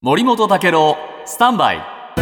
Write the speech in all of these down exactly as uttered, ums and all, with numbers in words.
森本武郎スタンバイ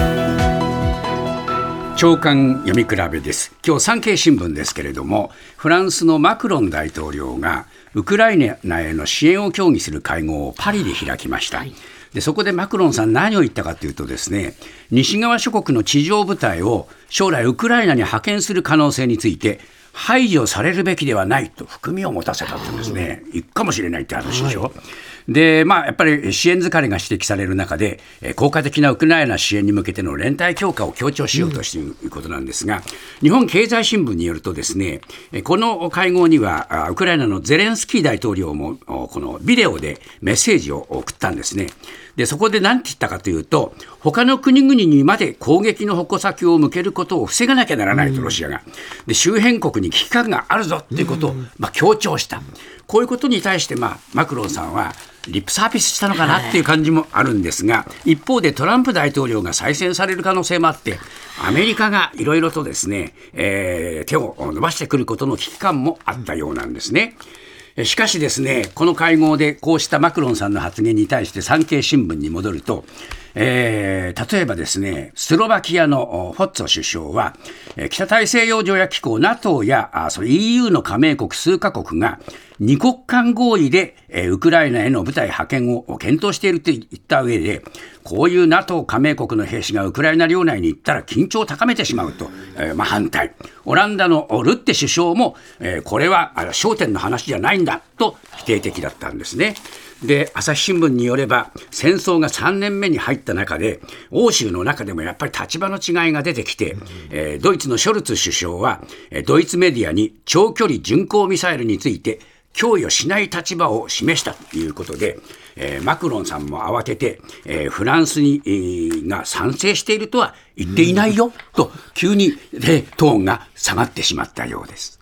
朝刊読み比べです。今日産経新聞ですけれども、フランスのマクロン大統領がウクライナへの支援を協議する会合をパリで開きました。でそこでマクロンさん何を言ったかというとですね、西側諸国の地上部隊を将来ウクライナに派遣する可能性について排除されるべきではないと含みを持たせたというんですね。いくかもしれないって話でしょ、はい。でまあ、やっぱり支援疲れが指摘される中で、えー、効果的なウクライナ支援に向けての連帯強化を強調しようとしているということなんですが、うん、日本経済新聞によるとですね、この会合にはウクライナのゼレンスキー大統領もこのビデオでメッセージを送ったんですね。でそこで何て言ったかというと、他の国々にまで攻撃の矛先を向けることを防がなきゃならないと、ロシアがで周辺国に危機感があるぞということを、まあ、強調した。こういうことに対して、まあ、マクロンさんはリップサービスしたのかなっていう感じもあるんですが、一方でトランプ大統領が再選される可能性もあって、アメリカがいろいろとですね、えー、手を伸ばしてくることの危機感もあったようなんですね。しかしですね、この会合でこうしたマクロンさんの発言に対して産経新聞に戻ると、えー、例えばですね、スロバキアのフォッツォ首相は、北大西洋条約機構 ナトー やそれ イーユー の加盟国数カ国が二国間合意でウクライナへの部隊派遣を検討していると言った上で、こういう ナトー 加盟国の兵士がウクライナ領内に行ったら緊張を高めてしまうと、えーまあ、反対。オランダのルッテ首相も、えー、これは焦点の話じゃないんだと否定的だったんですね。で朝日新聞によれば、戦争がさんねんめに入った中で欧州の中でもやっぱり立場の違いが出てきて、えー、ドイツのショルツ首相はドイツメディアに長距離巡航ミサイルについて供与しない立場を示したということで、えー、マクロンさんも慌てて、えー、フランスに、えー、が賛成しているとは言っていないよと急に、えー、トーンが下がってしまったようです。